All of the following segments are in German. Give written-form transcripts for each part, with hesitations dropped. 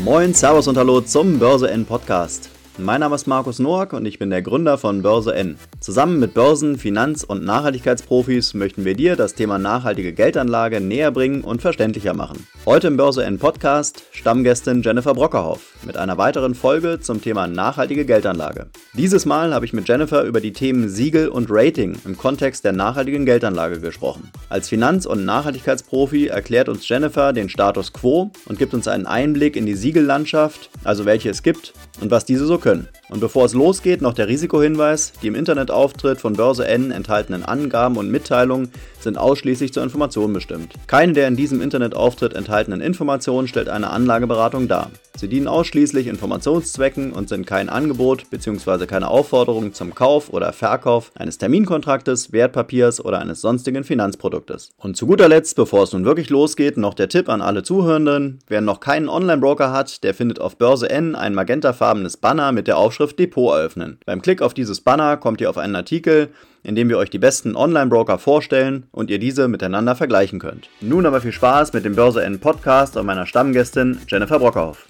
Moin, Servus und Hallo zum Börse N Podcast. Mein Name ist Markus Noack und ich bin der Gründer von Börse N. Zusammen mit Börsen-, Finanz- und Nachhaltigkeitsprofis möchten wir dir das Thema nachhaltige Geldanlage näher bringen und verständlicher machen. Heute im Börse N Podcast Stammgästin Jennifer Brockerhoff mit einer weiteren Folge zum Thema nachhaltige Geldanlage. Dieses Mal habe ich mit Jennifer über die Themen Siegel und Rating im Kontext der nachhaltigen Geldanlage gesprochen. Als Finanz- und Nachhaltigkeitsprofi erklärt uns Jennifer den Status quo und gibt uns einen Einblick in die Siegellandschaft, also welche es gibt und was diese so können. Und bevor es losgeht, noch der Risikohinweis: Die im Internetauftritt von Börse N enthaltenen Angaben und Mitteilungen sind ausschließlich zur Information bestimmt. Keine der in diesem Internetauftritt enthaltenen Informationen stellt eine Anlageberatung dar. Sie dienen ausschließlich Informationszwecken und sind kein Angebot bzw. keine Aufforderung zum Kauf oder Verkauf eines Terminkontraktes, Wertpapiers oder eines sonstigen Finanzproduktes. Und zu guter Letzt, bevor es nun wirklich losgeht, noch der Tipp an alle Zuhörenden: Wer noch keinen Online-Broker hat, der findet auf Börse N ein magentafarbenes Banner mit der Aufschrift Depot eröffnen. Beim Klick auf dieses Banner kommt ihr auf einen Artikel, in dem wir euch die besten Online-Broker vorstellen und ihr diese miteinander vergleichen könnt. Nun aber viel Spaß mit dem Börse N Podcast und meiner Stammgästin Jennifer Brockerhoff.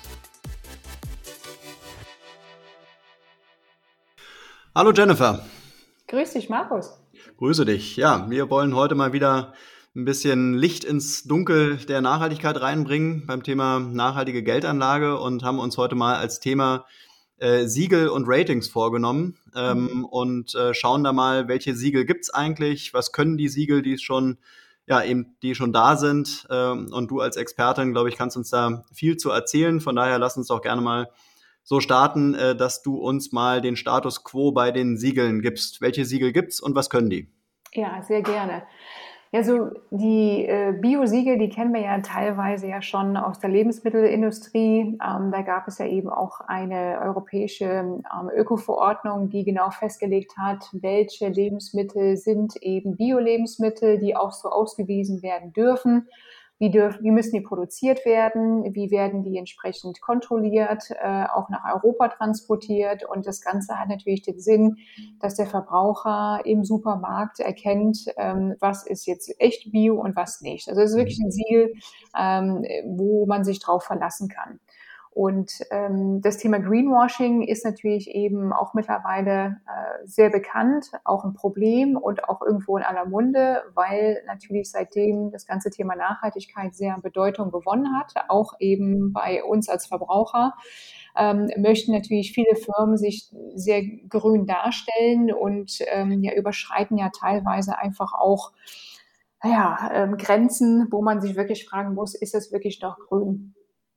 Hallo Jennifer. Grüß dich, Markus. Grüße dich. Ja, wir wollen heute mal wieder ein bisschen Licht ins Dunkel der Nachhaltigkeit reinbringen beim Thema nachhaltige Geldanlage und haben uns heute mal als Thema Siegel und Ratings vorgenommen und schauen da mal, welche Siegel gibt's eigentlich, was können die Siegel, die schon da sind, und du als Expertin, glaube ich, kannst uns da viel zu erzählen. Von daher lass uns doch gerne mal so starten, dass du uns mal den Status quo bei den Siegeln gibst. Welche Siegel gibt's und was können die? Ja, sehr gerne. Ja, so die Bio-Siegel, die kennen wir ja teilweise ja schon aus der Lebensmittelindustrie. Da gab es ja eben auch eine europäische Öko-Verordnung, die genau festgelegt hat, welche Lebensmittel sind eben Bio-Lebensmittel, die auch so ausgewiesen werden dürfen. Wie müssen die produziert werden? Wie werden die entsprechend kontrolliert, auch nach Europa transportiert? Und das Ganze hat natürlich den Sinn, dass der Verbraucher im Supermarkt erkennt, was ist jetzt echt Bio und was nicht. Also es ist wirklich ein Siegel, wo man sich drauf verlassen kann. Und das Thema Greenwashing ist natürlich eben auch mittlerweile sehr bekannt, auch ein Problem und auch irgendwo in aller Munde, weil natürlich seitdem das ganze Thema Nachhaltigkeit sehr an Bedeutung gewonnen hat, auch eben bei uns als Verbraucher. Möchten natürlich viele Firmen sich sehr grün darstellen und überschreiten ja teilweise einfach auch Grenzen, wo man sich wirklich fragen muss, ist das wirklich noch grün?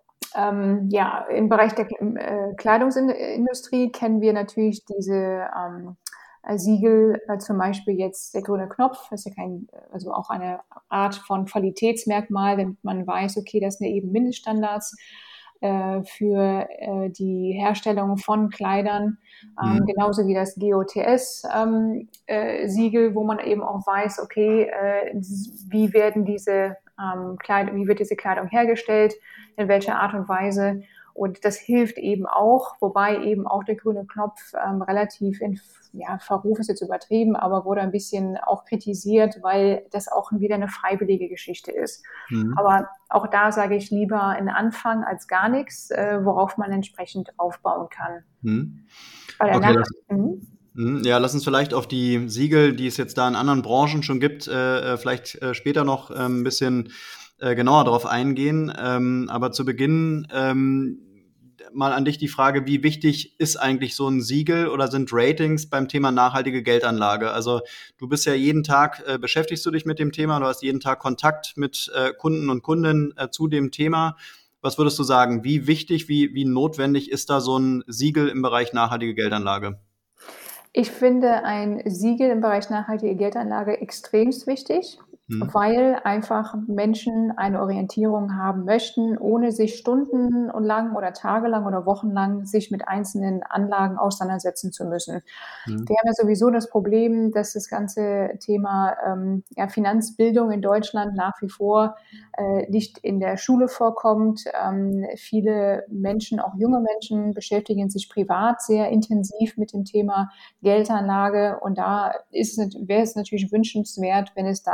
Im Bereich der Kleidungsindustrie kennen wir natürlich diese Siegel, zum Beispiel jetzt der grüne Knopf, das ist ja also auch eine Art von Qualitätsmerkmal, damit man weiß, okay, das sind ja eben Mindeststandards für die Herstellung von Kleidern, genauso wie das GOTS-Siegel, wo man eben auch weiß, okay, wie wird diese Kleidung hergestellt, in welcher Art und Weise. Und das hilft eben auch, wobei eben auch der grüne Knopf relativ Verruf ist jetzt übertrieben, aber wurde ein bisschen auch kritisiert, weil das auch wieder eine freiwillige Geschichte ist. Aber auch da sage ich lieber einen Anfang als gar nichts, worauf man entsprechend aufbauen kann. Okay, lass uns vielleicht auf die Siegel, die es jetzt da in anderen Branchen schon gibt, vielleicht später noch ein bisschen genauer darauf eingehen. Aber zu Beginn mal an dich die Frage: Wie wichtig ist eigentlich so ein Siegel oder sind Ratings beim Thema nachhaltige Geldanlage? Also du bist ja jeden Tag, beschäftigst du dich mit dem Thema, du hast jeden Tag Kontakt mit Kunden und Kundinnen zu dem Thema. Was würdest du sagen, wie wichtig, wie notwendig ist da so ein Siegel im Bereich nachhaltige Geldanlage? Ich finde ein Siegel im Bereich nachhaltige Geldanlage extremst wichtig, weil einfach Menschen eine Orientierung haben möchten, ohne sich stundenlang oder tagelang oder wochenlang sich mit einzelnen Anlagen auseinandersetzen zu müssen. Wir haben ja sowieso das Problem, dass das ganze Thema Finanzbildung in Deutschland nach wie vor nicht in der Schule vorkommt. Viele Menschen, auch junge Menschen, beschäftigen sich privat sehr intensiv mit dem Thema Geldanlage, und da wäre es natürlich wünschenswert, wenn es da eine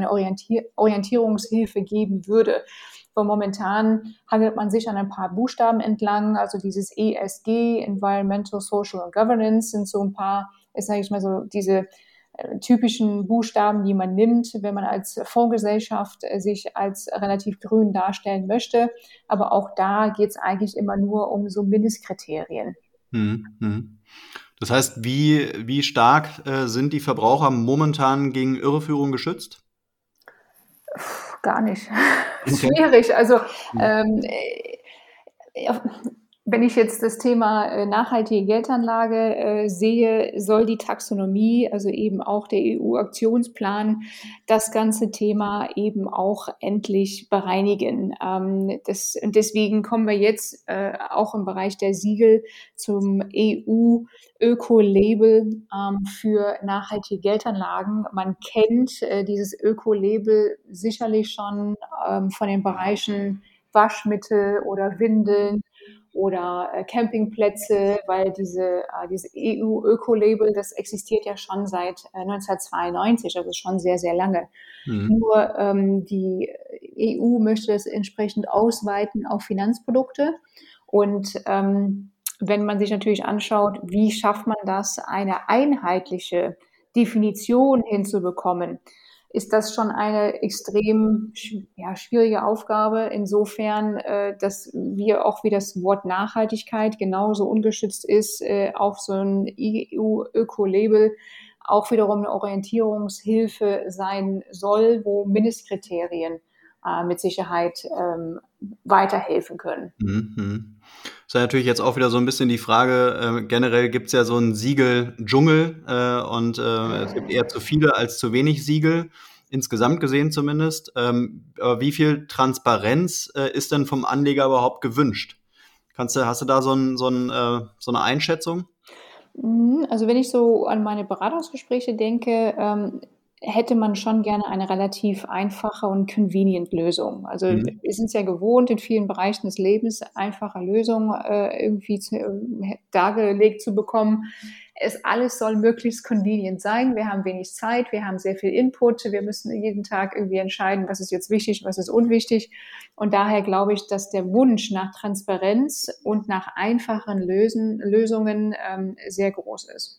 eine Orientierungshilfe geben würde. Weil momentan hangelt man sich an ein paar Buchstaben entlang, also dieses ESG, Environmental, Social und Governance, sind so ein paar, sage ich mal so, diese typischen Buchstaben, die man nimmt, wenn man als Fondsgesellschaft sich als relativ grün darstellen möchte. Aber auch da geht es eigentlich immer nur um so Mindestkriterien. Das heißt, wie stark sind die Verbraucher momentan gegen Irreführung geschützt? Gar nicht. Okay. Schwierig. Also wenn ich jetzt das Thema nachhaltige Geldanlage sehe, soll die Taxonomie, also eben auch der EU-Aktionsplan, das ganze Thema eben auch endlich bereinigen. Und deswegen kommen wir jetzt auch im Bereich der Siegel zum EU-Öko-Label für nachhaltige Geldanlagen. Man kennt dieses Öko-Label sicherlich schon von den Bereichen Waschmittel oder Windeln oder Campingplätze, weil diese EU-Öko-Label, das existiert ja schon seit 1992, also schon sehr, sehr lange. Nur die EU möchte das entsprechend ausweiten auf Finanzprodukte. Und wenn man sich natürlich anschaut, wie schafft man das, eine einheitliche Definition hinzubekommen, ist das schon eine extrem schwierige Aufgabe. Insofern, dass wir auch wie das Wort Nachhaltigkeit genauso ungeschützt ist, auf so ein EU-Öko-Label auch wiederum eine Orientierungshilfe sein soll, wo Mindestkriterien mit Sicherheit weiterhelfen können. Das ist natürlich jetzt auch wieder so ein bisschen die Frage, generell gibt es ja so einen Siegel-Dschungel und es gibt eher zu viele als zu wenig Siegel, insgesamt gesehen zumindest. Aber wie viel Transparenz ist denn vom Anleger überhaupt gewünscht? Hast du da so eine Einschätzung? Also wenn ich so an meine Beratungsgespräche denke, hätte man schon gerne eine relativ einfache und convenient Lösung. Also wir sind es ja gewohnt, in vielen Bereichen des Lebens einfache Lösungen irgendwie dargelegt zu bekommen. Alles soll möglichst convenient sein. Wir haben wenig Zeit, wir haben sehr viel Input, wir müssen jeden Tag irgendwie entscheiden, was ist jetzt wichtig, was ist unwichtig. Und daher glaube ich, dass der Wunsch nach Transparenz und nach einfachen Lösungen sehr groß ist.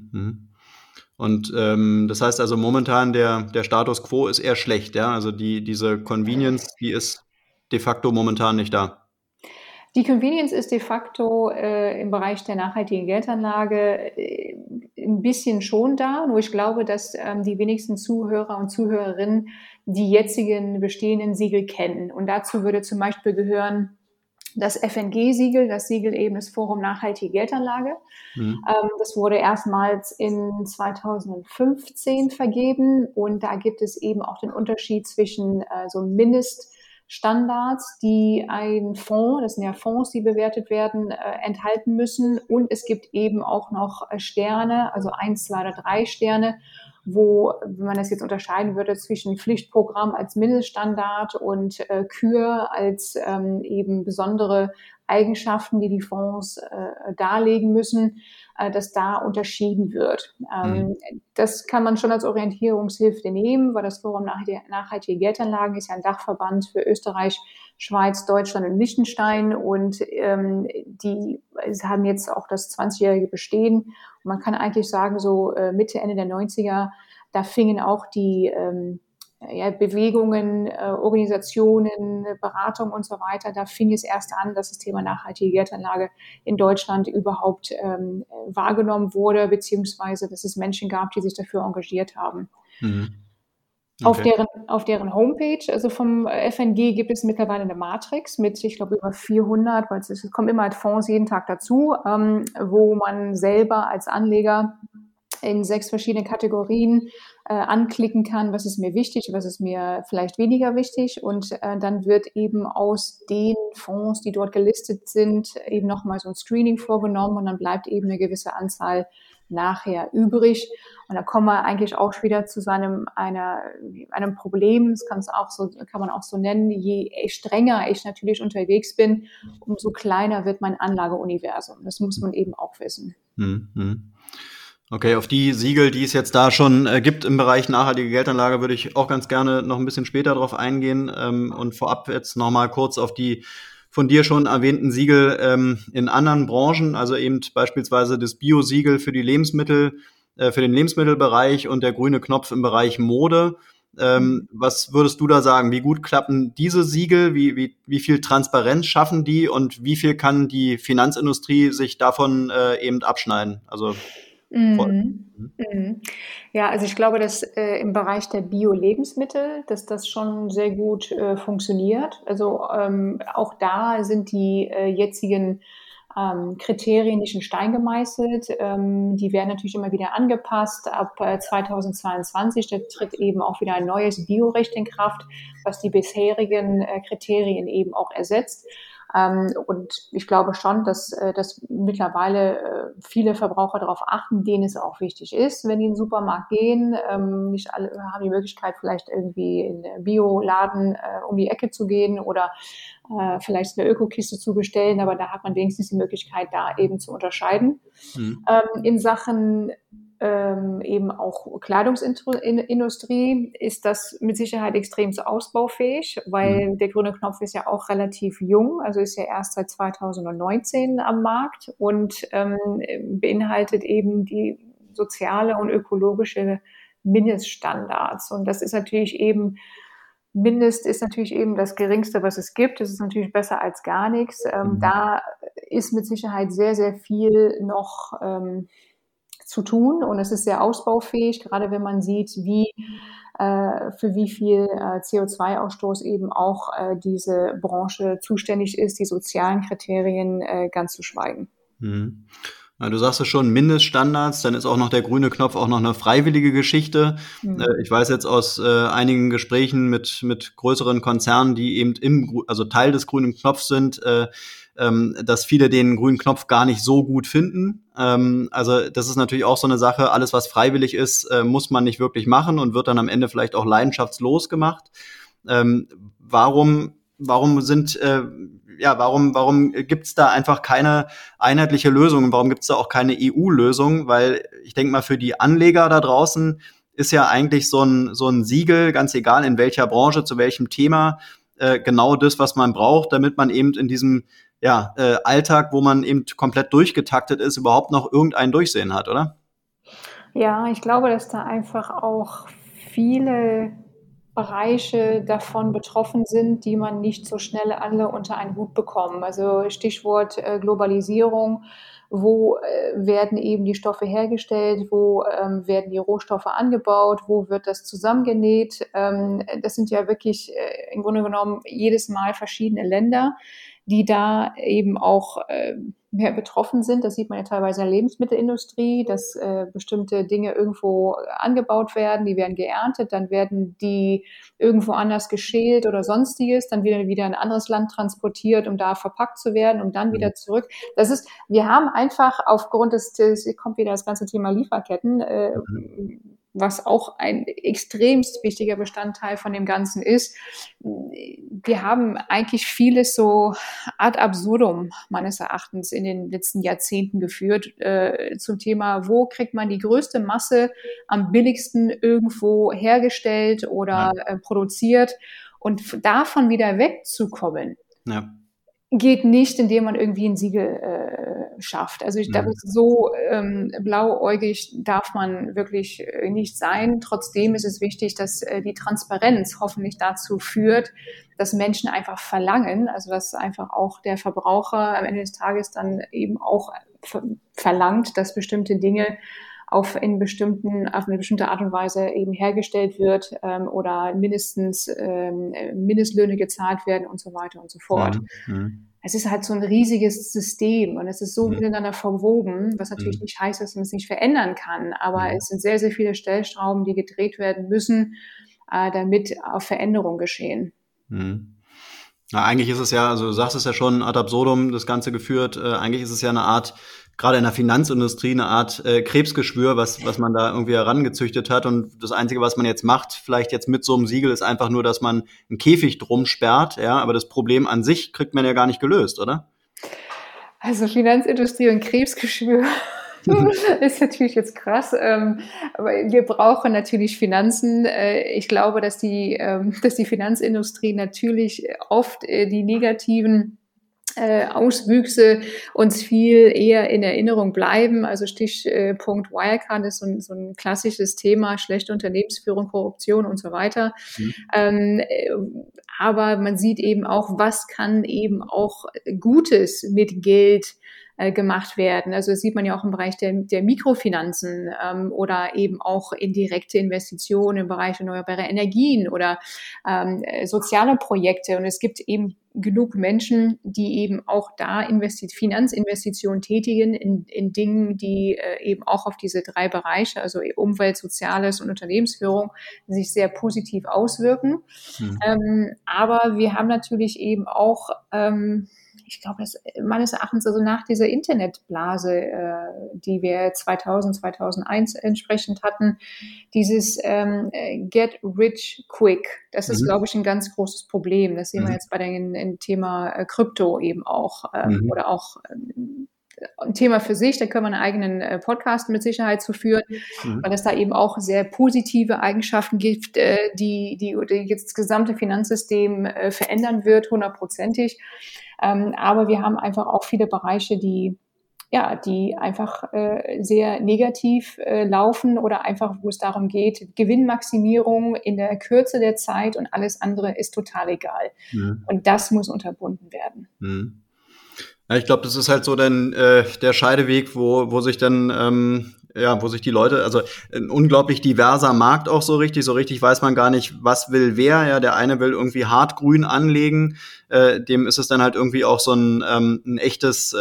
Und das heißt also momentan der Status quo ist eher schlecht, ja? Also diese Convenience, die ist de facto momentan nicht da. Die Convenience ist de facto im Bereich der nachhaltigen Geldanlage ein bisschen schon da, nur ich glaube, dass die wenigsten Zuhörer und Zuhörerinnen die jetzigen bestehenden Siegel kennen. Und dazu würde zum Beispiel gehören das FNG-Siegel, das Siegel eben des Forum Nachhaltige Geldanlage. Das wurde erstmals in 2015 vergeben und da gibt es eben auch den Unterschied zwischen so Mindeststandards, die ein Fonds, das sind ja Fonds, die bewertet werden, enthalten müssen. Und es gibt eben auch noch Sterne, also 1, 2 oder 3 Sterne, wo, wenn man das jetzt unterscheiden würde zwischen Pflichtprogramm als Mindeststandard und Kür als eben besondere Eigenschaften, die die Fonds darlegen müssen, dass da unterschieden wird. Das kann man schon als Orientierungshilfe nehmen, weil das Forum Nachhaltige Geldanlagen ist ja ein Dachverband für Österreich, Schweiz, Deutschland und Liechtenstein und die haben jetzt auch das 20-jährige Bestehen. Und man kann eigentlich sagen, so Mitte, Ende der 90er, da fingen auch die Bewegungen, Organisationen, Beratung und so weiter, da fing es erst an, dass das Thema nachhaltige Geldanlage in Deutschland überhaupt wahrgenommen wurde, beziehungsweise dass es Menschen gab, die sich dafür engagiert haben. Okay. Auf deren Homepage, also vom FNG, gibt es mittlerweile eine Matrix mit, ich glaube, über 400, weil es kommen immer halt Fonds jeden Tag dazu, wo man selber als Anleger in 6 verschiedene Kategorien anklicken kann, was ist mir wichtig, was ist mir vielleicht weniger wichtig und dann wird eben aus den Fonds, die dort gelistet sind, eben nochmal so ein Screening vorgenommen und dann bleibt eben eine gewisse Anzahl nachher übrig. Und da kommen wir eigentlich auch wieder zu einem Problem, das kann man auch so nennen, je strenger ich natürlich unterwegs bin, umso kleiner wird mein Anlageuniversum. Das muss man eben auch wissen. Okay, auf die Siegel, die es jetzt da schon gibt im Bereich nachhaltige Geldanlage, würde ich auch ganz gerne noch ein bisschen später drauf eingehen und vorab jetzt noch mal kurz auf die von dir schon erwähnten Siegel in anderen Branchen, also eben beispielsweise das Bio-Siegel für die Lebensmittel, für den Lebensmittelbereich und der grüne Knopf im Bereich Mode. Was würdest du da sagen? Wie gut klappen diese Siegel? Wie viel Transparenz schaffen die und wie viel kann die Finanzindustrie sich davon eben abschneiden? Also voll. Mhm. Mhm. Mhm. Ja, also ich glaube, dass, im Bereich der Bio-Lebensmittel, dass das schon sehr gut, funktioniert. Also, auch da sind die, jetzigen, Kriterien nicht in Stein gemeißelt. Die werden natürlich immer wieder angepasst. Ab, 2022, da tritt eben auch wieder ein neues Biorecht in Kraft, was die bisherigen, Kriterien eben auch ersetzt. Und ich glaube schon, dass mittlerweile viele Verbraucher darauf achten, denen es auch wichtig ist, wenn die in den Supermarkt gehen. Nicht alle haben die Möglichkeit, vielleicht irgendwie in den Bioladen um die Ecke zu gehen oder vielleicht eine Ökokiste zu bestellen, aber da hat man wenigstens die Möglichkeit, da eben zu unterscheiden. Mhm. In Sachen eben auch Kleidungsindustrie ist das mit Sicherheit extrem ausbaufähig, Mhm. weil der grüne Knopf ist ja auch relativ jung, also ist ja erst seit 2019 am Markt und beinhaltet eben die soziale und ökologische Mindeststandards. Und das ist natürlich eben Mindest ist natürlich eben das Geringste, was es gibt. Es ist natürlich besser als gar nichts. Mhm. Da ist mit Sicherheit sehr, sehr viel noch zu tun und es ist sehr ausbaufähig, gerade wenn man sieht, für wie viel CO2-Ausstoß eben auch diese Branche zuständig ist, die sozialen Kriterien ganz zu schweigen. Mhm. Ja, du sagst es schon, Mindeststandards, dann ist auch noch der grüne Knopf auch noch eine freiwillige Geschichte. Mhm. Ich weiß jetzt aus einigen Gesprächen mit größeren Konzernen, die eben also Teil des grünen Knopfs sind, dass viele den grünen Knopf gar nicht so gut finden. Also das ist natürlich auch so eine Sache, alles was freiwillig ist, muss man nicht wirklich machen und wird dann am Ende vielleicht auch leidenschaftslos gemacht. Ähm, warum gibt's da einfach keine einheitliche Lösung? Warum gibt's da auch keine EU-Lösung? Weil ich denke mal, für die Anleger da draußen ist ja eigentlich so ein Siegel, ganz egal in welcher Branche, zu welchem Thema, genau das, was man braucht, damit man eben in diesem Alltag, wo man eben komplett durchgetaktet ist, überhaupt noch irgendein Durchsehen hat, oder? Ja, ich glaube, dass da einfach auch viele Bereiche davon betroffen sind, die man nicht so schnell alle unter einen Hut bekommen. Also Stichwort Globalisierung. Wo werden eben die Stoffe hergestellt? Wo werden die Rohstoffe angebaut? Wo wird das zusammengenäht? Das sind ja wirklich im Grunde genommen jedes Mal verschiedene Länder, die da eben auch mehr betroffen sind. Das sieht man ja teilweise in der Lebensmittelindustrie, dass bestimmte Dinge irgendwo angebaut werden, die werden geerntet, dann werden die irgendwo anders geschält oder sonstiges, dann wieder in ein anderes Land transportiert, um da verpackt zu werden, um dann Mhm. wieder zurück. Wir haben einfach aufgrund kommt wieder das ganze Thema Lieferketten, Mhm. was auch ein extremst wichtiger Bestandteil von dem Ganzen ist. Wir haben eigentlich vieles so ad absurdum meines Erachtens in den letzten Jahrzehnten geführt zum Thema, wo kriegt man die größte Masse am billigsten irgendwo hergestellt Ja, oder produziert und davon wieder wegzukommen ja. geht nicht, indem man irgendwie ein Siegel schafft. Also ich glaube, Mhm. so blauäugig darf man wirklich nicht sein. Trotzdem ist es wichtig, dass die Transparenz hoffentlich dazu führt, dass Menschen einfach verlangen, also dass einfach auch der Verbraucher am Ende des Tages dann eben auch verlangt, dass bestimmte Dinge auf eine bestimmte Art und Weise eben hergestellt wird oder mindestens Mindestlöhne gezahlt werden und so weiter und so fort. Mhm. Mhm. Es ist halt so ein riesiges System und es ist so Mhm. miteinander verwoben, was natürlich Mhm. nicht heißt, dass man es nicht verändern kann, aber Mhm. es sind sehr, sehr viele Stellschrauben, die gedreht werden müssen, damit auch Veränderungen geschehen. Mhm. Ja, eigentlich ist es ja, also du sagst es ja schon, ad absurdum das Ganze geführt. Eigentlich ist es ja eine Art, gerade in der Finanzindustrie, eine Art Krebsgeschwür, was man da irgendwie herangezüchtet hat. Und das Einzige, was man jetzt macht, vielleicht jetzt mit so einem Siegel, ist einfach nur, dass man einen Käfig drum sperrt. Ja, aber das Problem an sich kriegt man ja gar nicht gelöst, oder? Also Finanzindustrie und Krebsgeschwür. Ist natürlich jetzt krass, aber wir brauchen natürlich Finanzen. Ich glaube, dass die Finanzindustrie natürlich oft die negativen Auswüchse uns viel eher in Erinnerung bleiben. Also Stichpunkt Wirecard ist so ein klassisches Thema, schlechte Unternehmensführung, Korruption und so weiter. Mhm. Aber man sieht eben auch, was kann eben auch Gutes mit Geld gemacht werden. Also das sieht man ja auch im Bereich der Mikrofinanzen oder eben auch indirekte Investitionen im Bereich erneuerbarer Energien oder soziale Projekte. Und es gibt eben genug Menschen, die eben auch da Finanzinvestitionen tätigen in Dingen, die eben auch auf diese drei Bereiche, also Umwelt, Soziales und Unternehmensführung, sich sehr positiv auswirken. Aber wir haben natürlich eben auch ich glaube, dass meines Erachtens also nach dieser Internetblase, die wir 2000, 2001 entsprechend hatten, dieses Get Rich Quick, das ist, glaube ich, ein ganz großes Problem. Das sehen wir jetzt bei dem Thema Krypto eben auch oder auch ein Thema für sich, da können wir einen eigenen Podcast mit Sicherheit zu führen, weil es da eben auch sehr positive Eigenschaften gibt, die jetzt das gesamte Finanzsystem verändern wird, 100%ig. Aber wir haben einfach auch viele Bereiche, die einfach sehr negativ laufen oder einfach, wo es darum geht, Gewinnmaximierung in der Kürze der Zeit und alles andere ist total egal. Und das muss unterbunden werden. Ja, ich glaube, das ist halt so dann der Scheideweg, wo sich dann wo sich die Leute, also ein unglaublich diverser Markt auch so richtig weiß man gar nicht, was will wer. Ja, der eine will irgendwie hartgrün anlegen, dem ist es dann halt irgendwie auch so ein echtes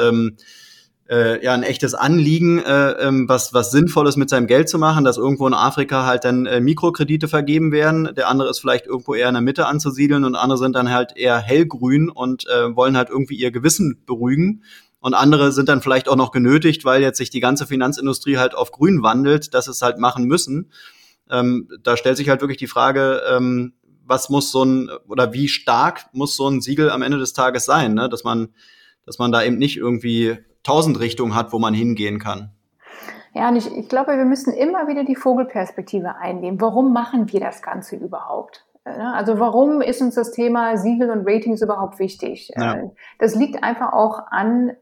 ein echtes Anliegen, was Sinnvolles mit seinem Geld zu machen, dass irgendwo in Afrika halt dann Mikrokredite vergeben werden. Der andere ist vielleicht irgendwo eher in der Mitte anzusiedeln und andere sind dann halt eher hellgrün und wollen halt irgendwie ihr Gewissen beruhigen. Und andere sind dann vielleicht auch noch genötigt, weil jetzt sich die ganze Finanzindustrie halt auf grün wandelt, dass es halt machen müssen. Da stellt sich halt wirklich die Frage, was muss oder wie stark muss so ein Siegel am Ende des Tages sein, ne? Dass man da eben nicht irgendwie 1000 Richtungen hat, wo man hingehen kann. Ja, und ich glaube, wir müssen immer wieder die Vogelperspektive einnehmen. Warum machen wir das Ganze überhaupt? Also warum ist uns das Thema Siegel und Ratings überhaupt wichtig? Ja. Das liegt einfach auch an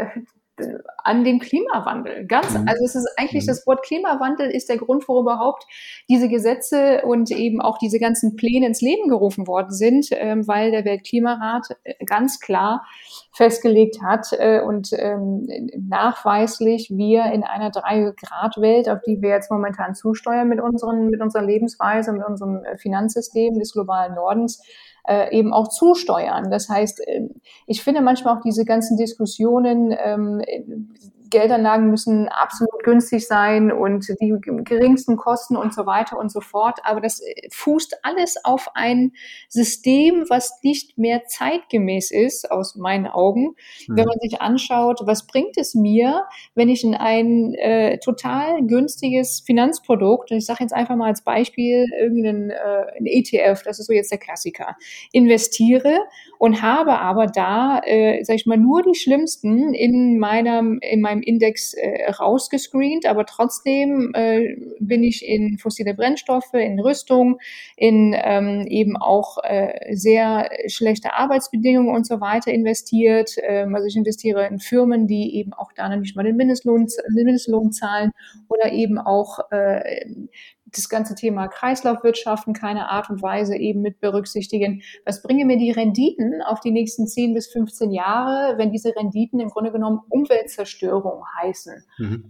dem Klimawandel. Also es ist eigentlich das Wort Klimawandel ist der Grund, warum überhaupt diese Gesetze und eben auch diese ganzen Pläne ins Leben gerufen worden sind, weil der Weltklimarat ganz klar festgelegt hat und nachweislich wir in einer 3-Grad-Welt, auf die wir jetzt momentan zusteuern mit unserer Lebensweise, mit unserem Finanzsystem des globalen Nordens, eben auch zusteuern. Das heißt, ich finde manchmal auch diese ganzen Diskussionen, Geldanlagen müssen absolut günstig sein und die geringsten Kosten und so weiter und so fort. Aber das fußt alles auf ein System, was nicht mehr zeitgemäß ist, aus meinen Augen. Wenn man sich anschaut, was bringt es mir, wenn ich in ein total günstiges Finanzprodukt, und ich sage jetzt einfach mal als Beispiel irgendeinen ein ETF, das ist so jetzt der Klassiker, investiere und habe aber da, sag ich mal, nur die schlimmsten in meinem Index rausgescreent, aber trotzdem bin ich in fossile Brennstoffe, in Rüstung, in eben auch sehr schlechte Arbeitsbedingungen und so weiter investiert. Also ich investiere in Firmen, die eben auch da noch nicht mal den Mindestlohn zahlen oder eben auch das ganze Thema Kreislaufwirtschaften keine Art und Weise eben mit berücksichtigen. Was bringen mir die Renditen auf die nächsten 10 bis 15 Jahre, wenn diese Renditen im Grunde genommen Umweltzerstörung heißen?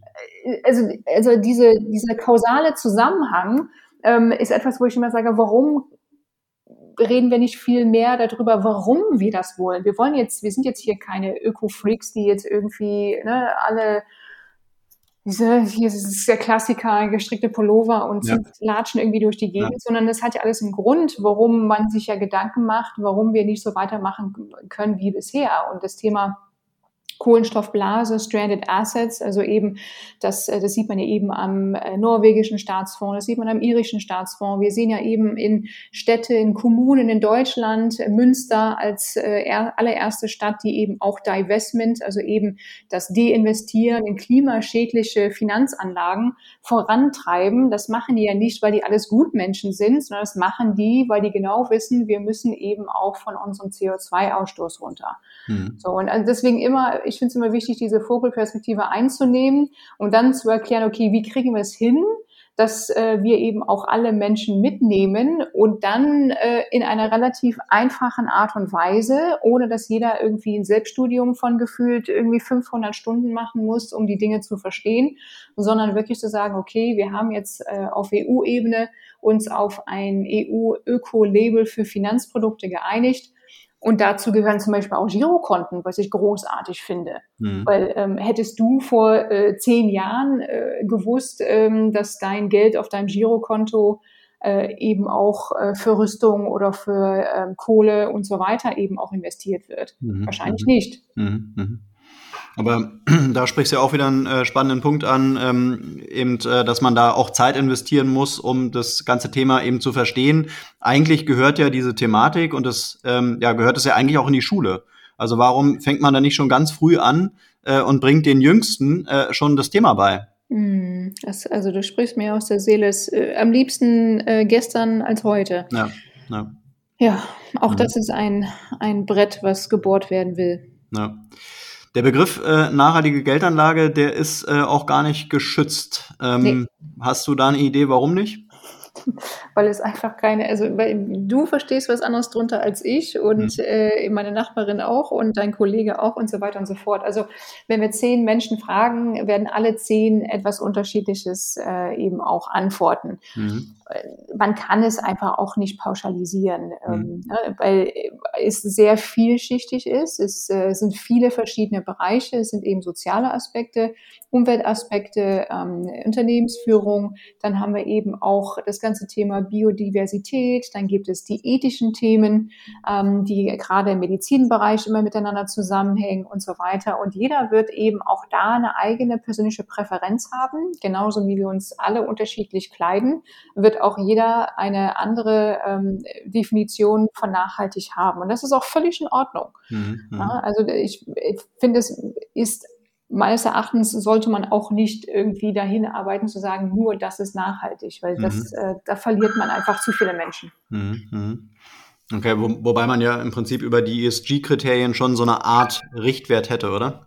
Also dieser kausale Zusammenhang ist etwas, wo ich immer sage, warum reden wir nicht viel mehr darüber, warum wir das wollen? Wir sind jetzt hier keine Öko-Freaks, die jetzt irgendwie alle hier ist der Klassiker, gestrickte Pullover und latschen irgendwie durch die Gegend, sondern das hat ja alles einen Grund, warum man sich ja Gedanken macht, warum wir nicht so weitermachen können wie bisher. Und das Thema Kohlenstoffblase, Stranded Assets, also eben, das sieht man ja eben am norwegischen Staatsfonds, das sieht man am irischen Staatsfonds. Wir sehen ja eben in Städte, in Kommunen in Deutschland, Münster als allererste Stadt, die eben auch Divestment, also eben das Deinvestieren in klimaschädliche Finanzanlagen vorantreiben. Das machen die ja nicht, weil die alles Gutmenschen sind, sondern das machen die, weil die genau wissen, wir müssen eben auch von unserem CO2-Ausstoß runter. So, und also deswegen ich finde es immer wichtig, diese Vogelperspektive einzunehmen und dann zu erklären, okay, wie kriegen wir es hin, dass wir eben auch alle Menschen mitnehmen und dann in einer relativ einfachen Art und Weise, ohne dass jeder irgendwie ein Selbststudium von gefühlt irgendwie 500 Stunden machen muss, um die Dinge zu verstehen, sondern wirklich zu sagen, okay, wir haben jetzt auf EU-Ebene uns auf ein EU-Öko-Label für Finanzprodukte geeinigt. Und dazu gehören zum Beispiel auch Girokonten, was ich großartig finde. Weil hättest du vor 10 Jahren gewusst, dass dein Geld auf deinem Girokonto eben auch für Rüstung oder für Kohle und so weiter eben auch investiert wird? Wahrscheinlich nicht. Aber da sprichst du ja auch wieder einen spannenden Punkt an, dass man da auch Zeit investieren muss, um das ganze Thema eben zu verstehen. Eigentlich gehört ja diese Thematik und gehört es ja eigentlich auch in die Schule. Also warum fängt man da nicht schon ganz früh an und bringt den Jüngsten schon das Thema bei? Also du sprichst mir aus der Seele. Am liebsten gestern als heute. Ja, auch das ist ein Brett, was gebohrt werden will. Ja. Der Begriff nachhaltige Geldanlage, der ist auch gar nicht geschützt. Nee. Hast du da eine Idee, warum nicht? Weil es einfach weil du verstehst was anderes drunter als ich und meine Nachbarin auch und dein Kollege auch und so weiter und so fort. Also wenn wir 10 Menschen fragen, werden alle 10 etwas Unterschiedliches eben auch antworten. Man kann es einfach auch nicht pauschalisieren, weil es sehr vielschichtig ist. Es sind viele verschiedene Bereiche. Es sind eben soziale Aspekte, Umweltaspekte, Unternehmensführung. Dann haben wir eben auch das ganze Thema Biodiversität. Dann gibt es die ethischen Themen, die gerade im Medizinbereich immer miteinander zusammenhängen und so weiter. Und jeder wird eben auch da eine eigene persönliche Präferenz haben. Genauso wie wir uns alle unterschiedlich kleiden, wird auch jeder eine andere Definition von nachhaltig haben. Und das ist auch völlig in Ordnung. Ja, also ich finde, es ist meines Erachtens sollte man auch nicht irgendwie dahin arbeiten zu sagen, nur das ist nachhaltig, weil da verliert man einfach zu viele Menschen. Okay, wobei man ja im Prinzip über die ESG-Kriterien schon so eine Art Richtwert hätte, oder?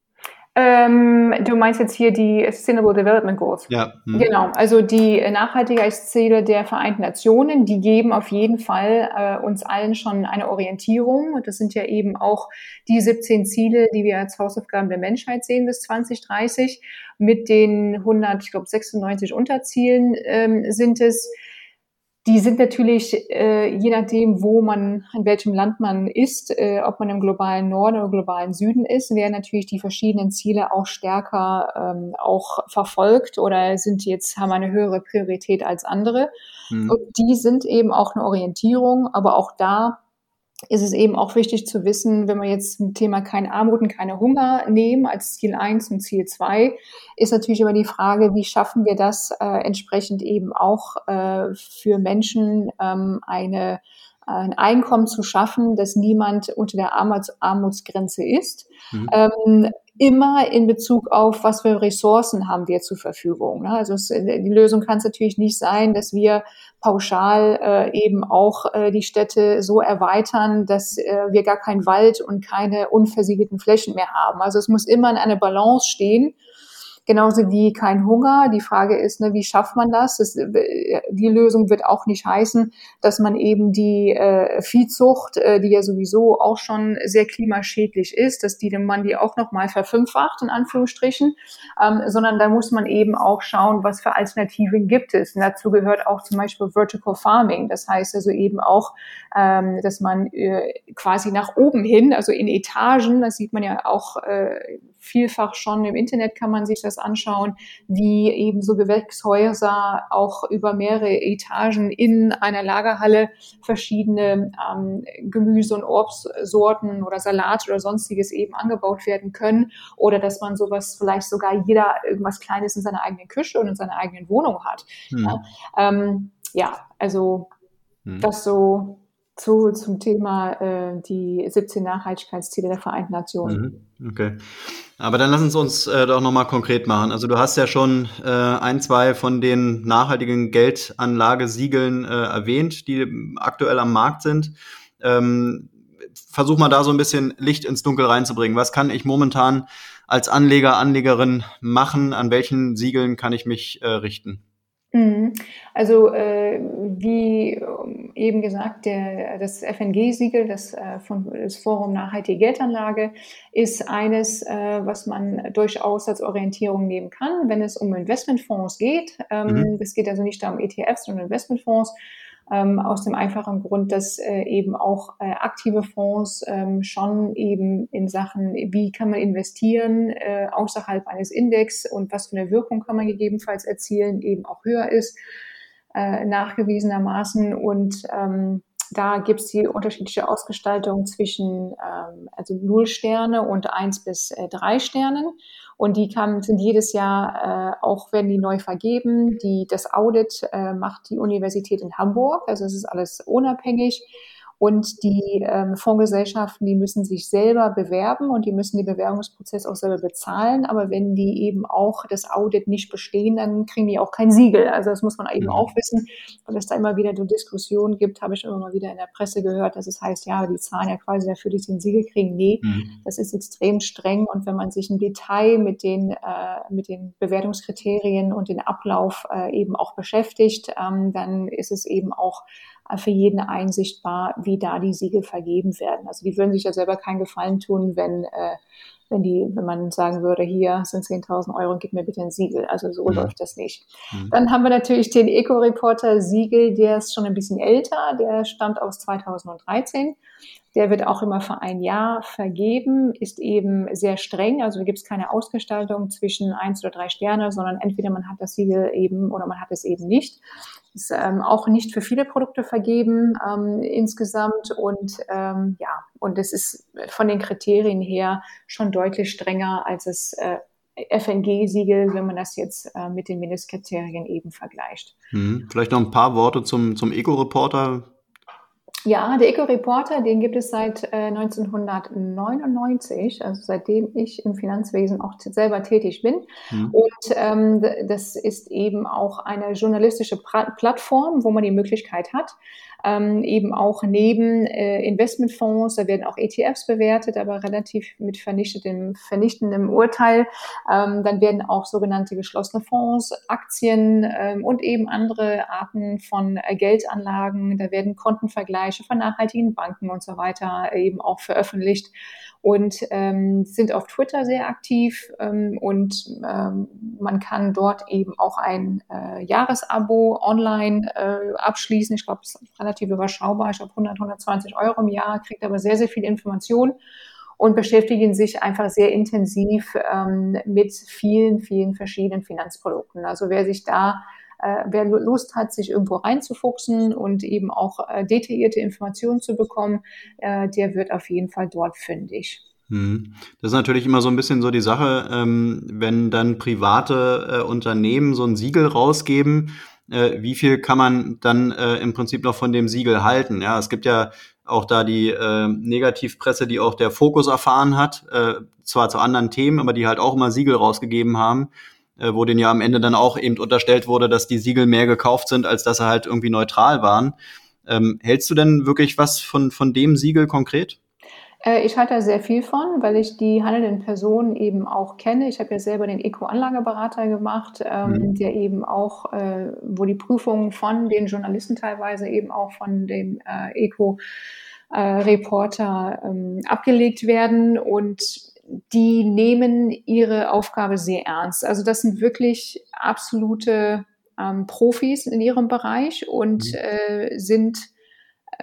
Du meinst jetzt hier die Sustainable Development Goals? Ja. Genau, also die Nachhaltigkeitsziele der Vereinten Nationen, die geben auf jeden Fall uns allen schon eine Orientierung. Und das sind ja eben auch die 17 Ziele, die wir als Hausaufgaben der Menschheit sehen bis 2030. Mit den 96 Unterzielen sind es. Die sind natürlich, je nachdem, in welchem Land man ist, ob man im globalen Norden oder globalen Süden ist, werden natürlich die verschiedenen Ziele auch stärker auch verfolgt oder haben eine höhere Priorität als andere. Und die sind eben auch eine Orientierung, aber auch da ist es eben auch wichtig zu wissen, wenn wir jetzt ein Thema keine Armut und keine Hunger nehmen als Ziel 1 und Ziel 2, ist natürlich immer die Frage, wie schaffen wir das entsprechend eben auch für Menschen ein Einkommen zu schaffen, dass niemand unter der Armutsgrenze ist. Immer in Bezug auf, was für Ressourcen haben wir zur Verfügung. Ne? Also die Lösung kann es natürlich nicht sein, dass wir pauschal eben auch die Städte so erweitern, dass wir gar keinen Wald und keine unversiegelten Flächen mehr haben. Also es muss immer in einer Balance stehen. Genauso wie kein Hunger. Die Frage ist, wie schafft man das? Die Lösung wird auch nicht heißen, dass man eben die Viehzucht, die ja sowieso auch schon sehr klimaschädlich ist, dass man die auch nochmal verfünffacht, in Anführungsstrichen, sondern da muss man eben auch schauen, was für Alternativen gibt es. Und dazu gehört auch zum Beispiel Vertical Farming. Das heißt also eben auch, dass man quasi nach oben hin, also in Etagen, das sieht man ja auch vielfach schon im Internet, kann man sich das das anschauen, wie eben so Gewächshäuser auch über mehrere Etagen in einer Lagerhalle verschiedene Gemüse- und Obstsorten oder Salat oder sonstiges eben angebaut werden können, oder dass man sowas vielleicht sogar jeder irgendwas Kleines in seiner eigenen Küche und in seiner eigenen Wohnung hat. Ja, also das so zum Thema die 17 Nachhaltigkeitsziele der Vereinten Nationen. Okay. Aber dann lass uns doch nochmal konkret machen. Also du hast ja schon ein, zwei von den nachhaltigen Geldanlagesiegeln erwähnt, die aktuell am Markt sind. Versuch mal da so ein bisschen Licht ins Dunkel reinzubringen. Was kann ich momentan als Anleger, Anlegerin machen? An welchen Siegeln kann ich mich richten? Also wie eben gesagt, das FNG-Siegel, das Forum Nachhaltige Geldanlage, ist eines, was man durchaus als Orientierung nehmen kann, wenn es um Investmentfonds geht. Das geht also nicht da um ETFs, sondern Investmentfonds. Aus dem einfachen Grund, dass eben auch aktive Fonds schon eben in Sachen, wie kann man investieren außerhalb eines Index und was für eine Wirkung kann man gegebenenfalls erzielen, eben auch höher ist, nachgewiesenermaßen. Und da gibt es die unterschiedliche Ausgestaltung zwischen also 0 Sterne und 1 bis 3 Sternen. Und die sind jedes Jahr, auch werden die neu vergeben. Das Audit macht die Universität in Hamburg. Also es ist alles unabhängig. Und die Fondsgesellschaften, die müssen sich selber bewerben und die müssen den Bewerbungsprozess auch selber bezahlen. Aber wenn die eben auch das Audit nicht bestehen, dann kriegen die auch kein Siegel. Also das muss man eben auch wissen, weil es da immer wieder so Diskussionen gibt, habe ich immer mal wieder in der Presse gehört, dass es heißt, ja, die zahlen ja quasi dafür, dass sie ein Siegel kriegen. Nee, das ist extrem streng. Und wenn man sich im Detail mit den Bewertungskriterien und den Ablauf eben auch beschäftigt, dann ist es eben auch für jeden einsichtbar, wie da die Siegel vergeben werden. Also die würden sich ja selber keinen Gefallen tun, wenn man sagen würde, hier sind 10.000 Euro und gib mir bitte ein Siegel. Also so läuft das nicht. Dann haben wir natürlich den Eco-Reporter-Siegel, der ist schon ein bisschen älter, der stammt aus 2013. Der wird auch immer für ein Jahr vergeben, ist eben sehr streng. Also da gibt es keine Ausgestaltung zwischen 1 oder 3 Sterne, sondern entweder man hat das Siegel eben oder man hat es eben nicht. Ist auch nicht für viele Produkte vergeben insgesamt. Und und es ist von den Kriterien her schon deutlich strenger als das FNG-Siegel, wenn man das jetzt mit den Mindestkriterien eben vergleicht. Vielleicht noch ein paar Worte zum Eco-Reporter. Ja, der Eco-Reporter, den gibt es seit 1999, also seitdem ich im Finanzwesen auch selber tätig bin. Und das ist eben auch eine journalistische Plattform, wo man die Möglichkeit hat, eben auch neben Investmentfonds, da werden auch ETFs bewertet, aber relativ mit vernichtendem Urteil. Dann werden auch sogenannte geschlossene Fonds, Aktien und eben andere Arten von Geldanlagen, da werden Kontenvergleiche von nachhaltigen Banken und so weiter eben auch veröffentlicht und sind auf Twitter sehr aktiv man kann dort eben auch ein Jahresabo online abschließen. Ich glaube, es ist relativ überschaubar. Ich glaube, 120 Euro im Jahr, kriegt aber sehr, sehr viel Information und beschäftigen sich einfach sehr intensiv mit vielen, vielen verschiedenen Finanzprodukten. Also wer Lust hat, sich irgendwo reinzufuchsen und eben auch detaillierte Informationen zu bekommen, der wird auf jeden Fall dort fündig. Das ist natürlich immer so ein bisschen so die Sache, wenn dann private Unternehmen so ein Siegel rausgeben, wie viel kann man dann im Prinzip noch von dem Siegel halten? Ja, es gibt ja auch da die Negativpresse, die auch der Fokus erfahren hat, zwar zu anderen Themen, aber die halt auch immer Siegel rausgegeben haben, wo denen ja am Ende dann auch eben unterstellt wurde, dass die Siegel mehr gekauft sind, als dass sie halt irgendwie neutral waren. Hältst du denn wirklich was von dem Siegel konkret? Ich halte da sehr viel von, weil ich die handelnden Personen eben auch kenne. Ich habe ja selber den Eco-Anlageberater gemacht, der eben auch, wo die Prüfungen von den Journalisten teilweise eben auch von dem Eco-Reporter abgelegt werden. Und die nehmen ihre Aufgabe sehr ernst. Also das sind wirklich absolute Profis in ihrem Bereich und sind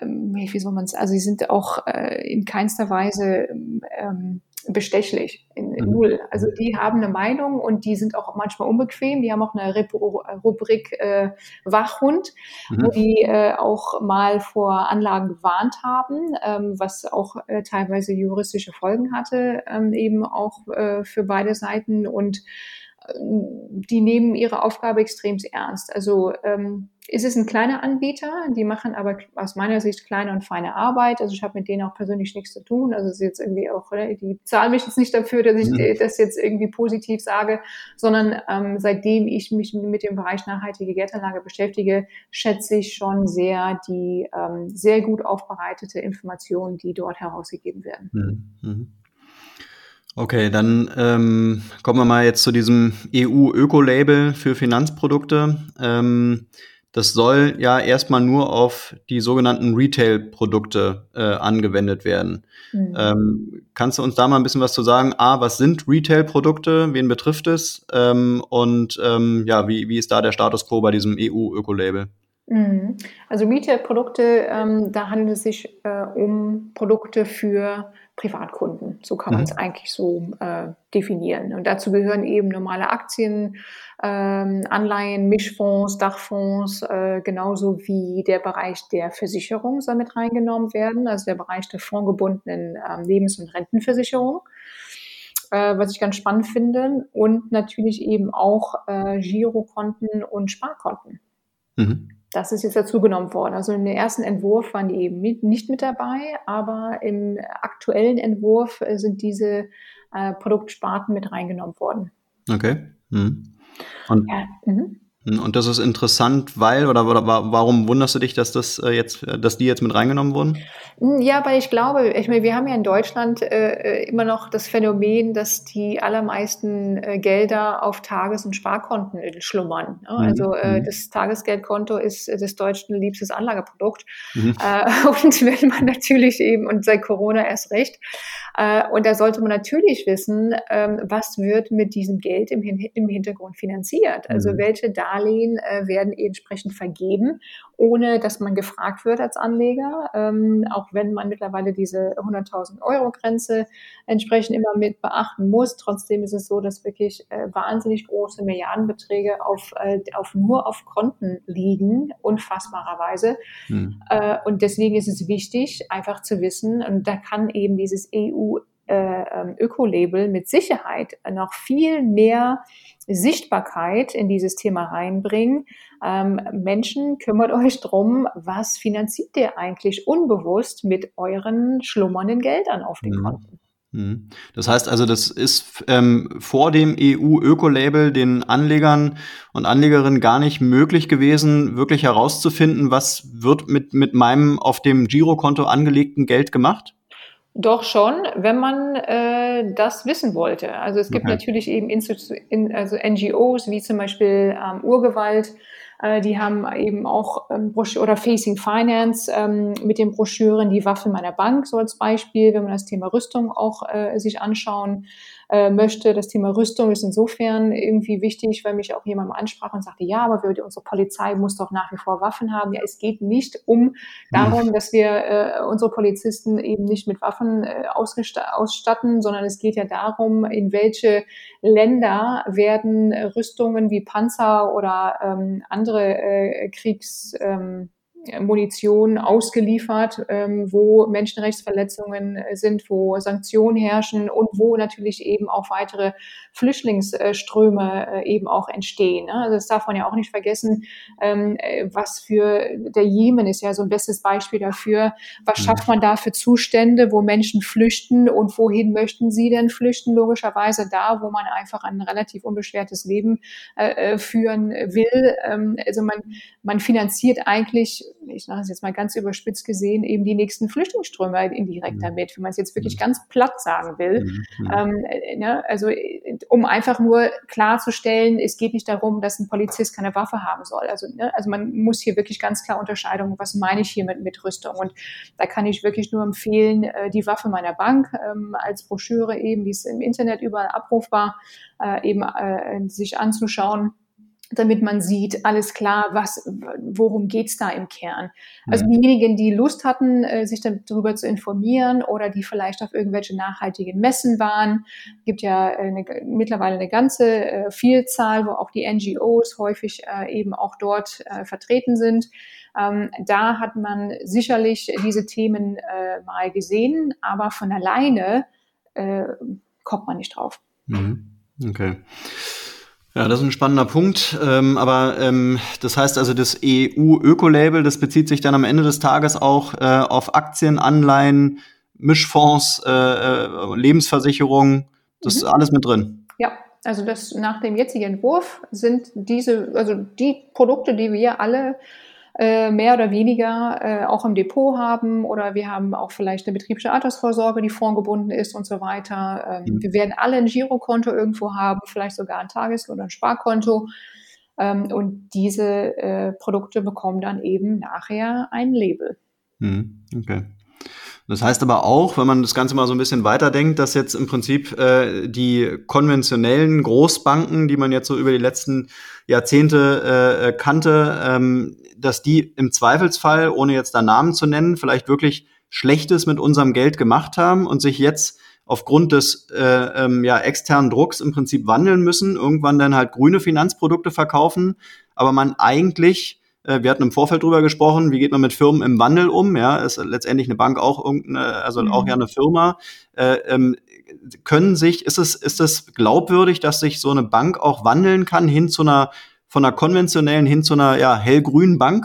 wie soll man es, also sie sind auch in keinster Weise bestechlich null. Also die haben eine Meinung und die sind auch manchmal unbequem. Die haben auch eine Rubrik Wachhund, wo die auch mal vor Anlagen gewarnt haben, was auch teilweise juristische Folgen hatte, eben auch für beide Seiten. Und die nehmen ihre Aufgabe extrem ernst. Also ist es ein kleiner Anbieter, die machen aber aus meiner Sicht kleine und feine Arbeit. Also ich habe mit denen auch persönlich nichts zu tun. Also es ist jetzt irgendwie auch, die zahlen mich jetzt nicht dafür, dass ich das jetzt irgendwie positiv sage, sondern seitdem ich mich mit dem Bereich nachhaltige Geldanlage beschäftige, schätze ich schon sehr die sehr gut aufbereitete Informationen, die dort herausgegeben werden. Okay, dann kommen wir mal jetzt zu diesem EU-Öko-Label für Finanzprodukte. Das soll ja erstmal nur auf die sogenannten Retail-Produkte angewendet werden. Kannst du uns da mal ein bisschen was zu sagen? Was sind Retail-Produkte? Wen betrifft es? Wie ist da der Status quo bei diesem EU-Öko-Label? Also Retail-Produkte, da handelt es sich um Produkte für Privatkunden. So kann man es eigentlich so definieren. Und dazu gehören eben normale Aktien, Anleihen, Mischfonds, Dachfonds, genauso wie der Bereich der Versicherung soll mit reingenommen werden, also der Bereich der fondgebundenen Lebens- und Rentenversicherung, was ich ganz spannend finde. Und natürlich eben auch Girokonten und Sparkonten. Das ist jetzt dazugenommen worden. Also in dem ersten Entwurf waren die eben nicht mit dabei, aber im aktuellen Entwurf sind diese Produktsparten mit reingenommen worden. Okay. Und das ist interessant, warum wunderst du dich, dass dass die jetzt mit reingenommen wurden? Ja, weil ich glaube, wir haben ja in Deutschland immer noch das Phänomen, dass die allermeisten Gelder auf Tages- und Sparkonten schlummern. Ne? Also das Tagesgeldkonto ist des Deutschen liebstes Anlageprodukt. Und wenn man natürlich eben, und seit Corona erst recht, und da sollte man natürlich wissen, was wird mit diesem Geld im Hintergrund finanziert. Also welche Darlehen werden entsprechend vergeben, ohne dass man gefragt wird als Anleger, auch wenn man mittlerweile diese 100.000 Euro Grenze entsprechend immer mit beachten muss. Trotzdem ist es so, dass wirklich wahnsinnig große Milliardenbeträge nur auf Konten liegen, unfassbarerweise. Und deswegen ist es wichtig, einfach zu wissen, und da kann eben dieses Öko-Label mit Sicherheit noch viel mehr Sichtbarkeit in dieses Thema reinbringen. Menschen, kümmert euch drum, was finanziert ihr eigentlich unbewusst mit euren schlummernden Geldern auf den Konten? Das heißt also, das ist vor dem EU-Öko-Label den Anlegern und Anlegerinnen gar nicht möglich gewesen, wirklich herauszufinden, was wird mit meinem auf dem Girokonto angelegten Geld gemacht? Doch schon, wenn man das wissen wollte. Also es gibt natürlich eben NGOs wie zum Beispiel Urgewalt, die haben eben auch oder Facing Finance mit den Broschüren Die Waffe meiner Bank, so als Beispiel, wenn man das Thema Rüstung auch sich anschauen möchte. Das Thema Rüstung ist insofern irgendwie wichtig, weil mich auch jemand ansprach und sagte, ja, aber unsere Polizei muss doch nach wie vor Waffen haben. Ja, es geht nicht darum, dass wir unsere Polizisten eben nicht mit Waffen ausstatten, sondern es geht ja darum, in welche Länder werden Rüstungen wie Panzer oder andere Kriegsmunition ausgeliefert, wo Menschenrechtsverletzungen sind, wo Sanktionen herrschen und wo natürlich eben auch weitere Flüchtlingsströme eben auch entstehen. Ne? Also das darf man ja auch nicht vergessen, der Jemen ist ja so ein bestes Beispiel dafür. Was schafft man da für Zustände, wo Menschen flüchten und wohin möchten sie denn flüchten? Logischerweise da, wo man einfach ein relativ unbeschwertes Leben führen will. Also man finanziert eigentlich, ich sage es jetzt mal ganz überspitzt gesehen, eben die nächsten Flüchtlingsströme indirekt damit, wenn man es jetzt wirklich ganz platt sagen will. Also um einfach nur klarzustellen, es geht nicht darum, dass ein Polizist keine Waffe haben soll. Also man muss hier wirklich ganz klar unterscheiden, was meine ich hier mit Rüstung. Und da kann ich wirklich nur empfehlen, die Waffe meiner Bank als Broschüre eben, die ist im Internet überall abrufbar, sich anzuschauen. damit man sieht, alles klar, worum geht's da im Kern. Also diejenigen, die Lust hatten, sich darüber zu informieren oder die vielleicht auf irgendwelche nachhaltigen Messen waren, gibt ja mittlerweile eine ganze Vielzahl, wo auch die NGOs häufig eben auch dort vertreten sind. Da hat man sicherlich diese Themen mal gesehen, aber von alleine kommt man nicht drauf. Okay. Ja, das ist ein spannender Punkt. Das heißt also, das EU-Öko-Label, das bezieht sich dann am Ende des Tages auch auf Aktien, Anleihen, Mischfonds, Lebensversicherungen. Das ist alles mit drin. Ja, also das nach dem jetzigen Entwurf sind die Produkte, die wir alle mehr oder weniger auch im Depot haben, oder wir haben auch vielleicht eine betriebliche Altersvorsorge, die fondgebunden ist und so weiter. Wir werden alle ein Girokonto irgendwo haben, vielleicht sogar ein Tages- oder ein Sparkonto. Und diese Produkte bekommen dann eben nachher ein Label. Okay. Das heißt aber auch, wenn man das Ganze mal so ein bisschen weiterdenkt, dass jetzt im Prinzip die konventionellen Großbanken, die man jetzt so über die letzten Jahrzehnte kannte, dass die im Zweifelsfall, ohne jetzt da Namen zu nennen, vielleicht wirklich Schlechtes mit unserem Geld gemacht haben und sich jetzt aufgrund des externen Drucks im Prinzip wandeln müssen, irgendwann dann halt grüne Finanzprodukte verkaufen, aber man eigentlich wir hatten im Vorfeld drüber gesprochen, wie geht man mit Firmen im Wandel um? Ja, ist letztendlich eine Bank auch auch ja eine Firma. Ist es glaubwürdig, dass sich so eine Bank auch wandeln kann von einer konventionellen hin zu einer hellgrünen Bank?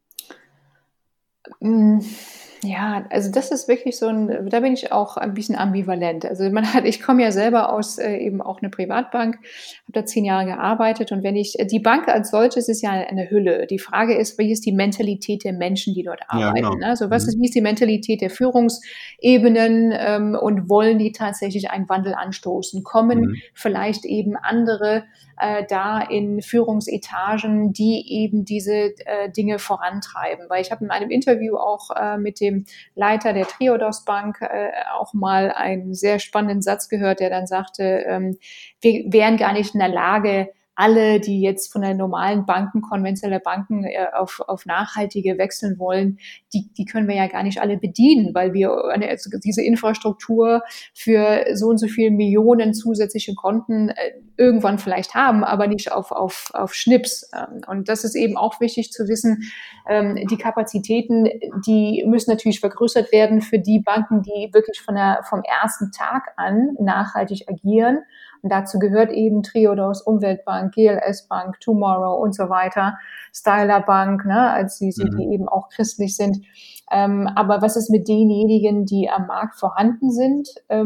Ja, also das ist wirklich da bin ich auch ein bisschen ambivalent. Also ich komme ja selber aus eben auch eine Privatbank, habe da 10 Jahre gearbeitet, und die Bank als solches ist ja eine Hülle. Die Frage ist, wie ist die Mentalität der Menschen, die dort arbeiten? Ja, genau. Also wie ist die Mentalität der Führungsebenen und wollen die tatsächlich einen Wandel anstoßen? Kommen vielleicht eben andere da in Führungsetagen, die eben diese Dinge vorantreiben? Weil ich habe in einem Interview auch mit dem Leiter der Triodos Bank auch mal einen sehr spannenden Satz gehört, der dann sagte, wir wären gar nicht in der Lage, alle, die jetzt von der normalen Banken, konventionelle Banken auf nachhaltige wechseln wollen, die können wir ja gar nicht alle bedienen, weil wir diese Infrastruktur für so und so viele Millionen zusätzliche Konten irgendwann vielleicht haben, aber nicht auf Schnips. Und das ist eben auch wichtig zu wissen. Die Kapazitäten, die müssen natürlich vergrößert werden für die Banken, die wirklich vom ersten Tag an nachhaltig agieren. Und dazu gehört eben Triodos, Umweltbank, GLS Bank, Tomorrow und so weiter, Styler Bank, als die eben auch christlich sind. Aber was ist mit denjenigen, die am Markt vorhanden sind?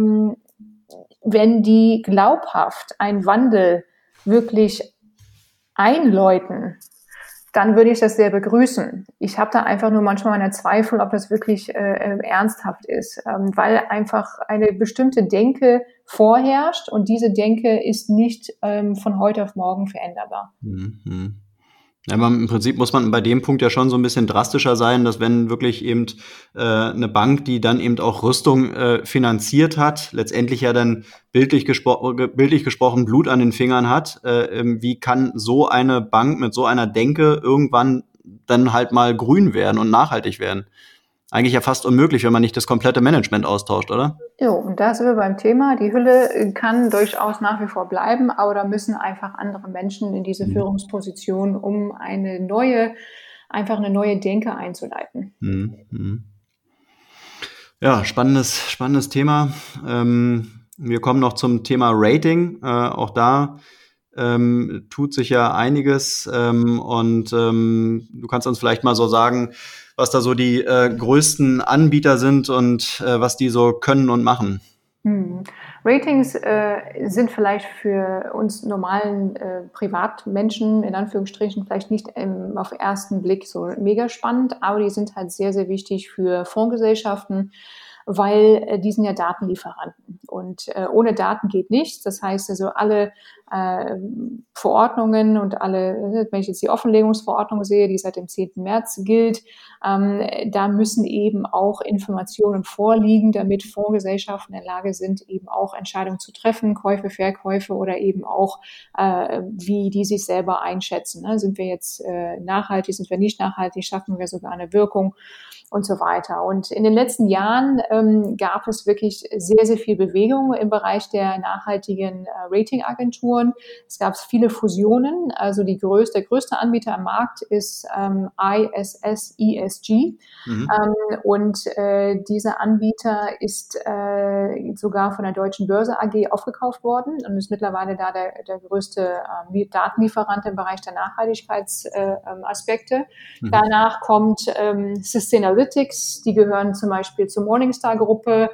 Wenn die glaubhaft einen Wandel wirklich einläuten, dann würde ich das sehr begrüßen. Ich habe da einfach nur manchmal meine Zweifel, ob das wirklich ernsthaft ist, weil einfach eine bestimmte Denke vorherrscht, und diese Denke ist nicht von heute auf morgen veränderbar. Ja, aber im Prinzip muss man bei dem Punkt ja schon so ein bisschen drastischer sein, dass wenn wirklich eben eine Bank, die dann eben auch Rüstung finanziert hat, letztendlich ja dann bildlich gesprochen Blut an den Fingern hat, wie kann so eine Bank mit so einer Denke irgendwann dann halt mal grün werden und nachhaltig werden? Eigentlich ja fast unmöglich, wenn man nicht das komplette Management austauscht, oder? Jo, und da sind wir beim Thema. Die Hülle kann durchaus nach wie vor bleiben, aber da müssen einfach andere Menschen in diese Führungsposition, um eine neue Denke einzuleiten. Ja, spannendes Thema. Wir kommen noch zum Thema Rating. Auch da tut sich ja einiges. Du kannst uns vielleicht mal so sagen, was da so die größten Anbieter sind und was die so können und machen. Ratings sind vielleicht für uns normalen Privatmenschen in Anführungsstrichen vielleicht nicht auf den ersten Blick so mega spannend, aber die sind halt sehr, sehr wichtig für Fondsgesellschaften, weil die sind ja Datenlieferanten, und ohne Daten geht nichts. Das heißt also, alle Verordnungen und alle, wenn ich jetzt die Offenlegungsverordnung sehe, die seit dem 10. März gilt, da müssen eben auch Informationen vorliegen, damit Fondsgesellschaften in der Lage sind, eben auch Entscheidungen zu treffen, Käufe, Verkäufe oder eben auch, wie die sich selber einschätzen. Ne? Sind wir jetzt nachhaltig, sind wir nicht nachhaltig, schaffen wir sogar eine Wirkung und so weiter. Und in den letzten Jahren gab es wirklich sehr, sehr viel Bewegung im Bereich der nachhaltigen Ratingagenturen. Es gab viele Fusionen. Also der größte Anbieter am Markt ist ISS ESG. Und dieser Anbieter ist sogar von der Deutschen Börse AG aufgekauft worden und ist mittlerweile da der größte Datenlieferant im Bereich der Nachhaltigkeitsaspekte. Danach kommt Sustainalytics, die gehören zum Beispiel zur Morningstar-Gruppe.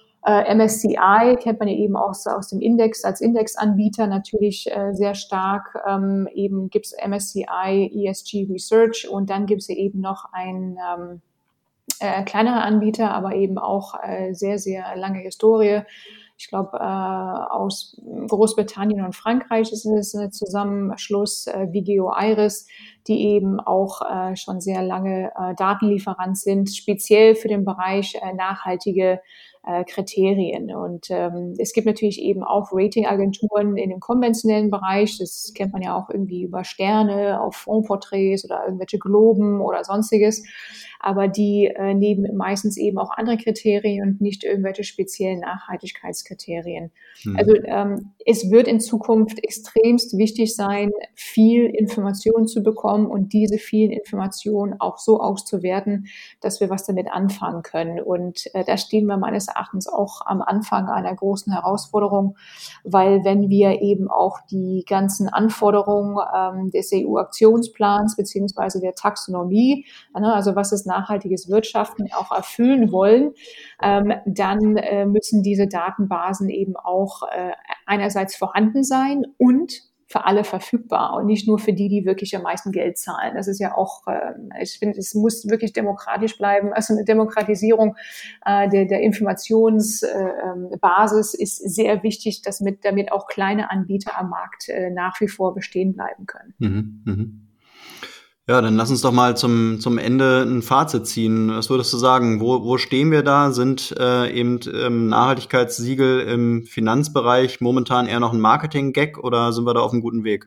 MSCI kennt man ja eben auch aus dem Index, als Indexanbieter natürlich sehr stark. Eben gibt es MSCI ESG Research und dann gibt es ja eben noch ein kleinerer Anbieter, aber eben auch sehr, sehr lange Historie. Ich glaube, aus Großbritannien und Frankreich ist es ein Zusammenschluss, Vigeo Eiris, die eben auch schon sehr lange Datenlieferant sind, speziell für den Bereich nachhaltige Kriterien. Und es gibt natürlich eben auch Ratingagenturen in dem konventionellen Bereich. Das kennt man ja auch irgendwie über Sterne auf Fondsporträts oder irgendwelche Globen oder sonstiges. Aber die nehmen meistens eben auch andere Kriterien und nicht irgendwelche speziellen Nachhaltigkeitskriterien. Also es wird in Zukunft extremst wichtig sein, viel Information zu bekommen und diese vielen Informationen auch so auszuwerten, dass wir was damit anfangen können. Und da stehen wir meines Erachtens auch am Anfang einer großen Herausforderung, weil wenn wir eben auch die ganzen Anforderungen des EU-Aktionsplans beziehungsweise der Taxonomie, also was ist nachhaltiges Wirtschaften, auch erfüllen wollen, dann müssen diese Datenbasen eben auch einerseits vorhanden sein und für alle verfügbar und nicht nur für die wirklich am meisten Geld zahlen. Das ist ja auch, ich finde, es muss wirklich demokratisch bleiben. Also eine Demokratisierung der Informationsbasis ist sehr wichtig, damit auch kleine Anbieter am Markt nach wie vor bestehen bleiben können. Ja, dann lass uns doch mal zum Ende ein Fazit ziehen. Was würdest du sagen? Wo stehen wir da? Sind eben Nachhaltigkeitssiegel im Finanzbereich momentan eher noch ein Marketing-Gag oder sind wir da auf einem guten Weg?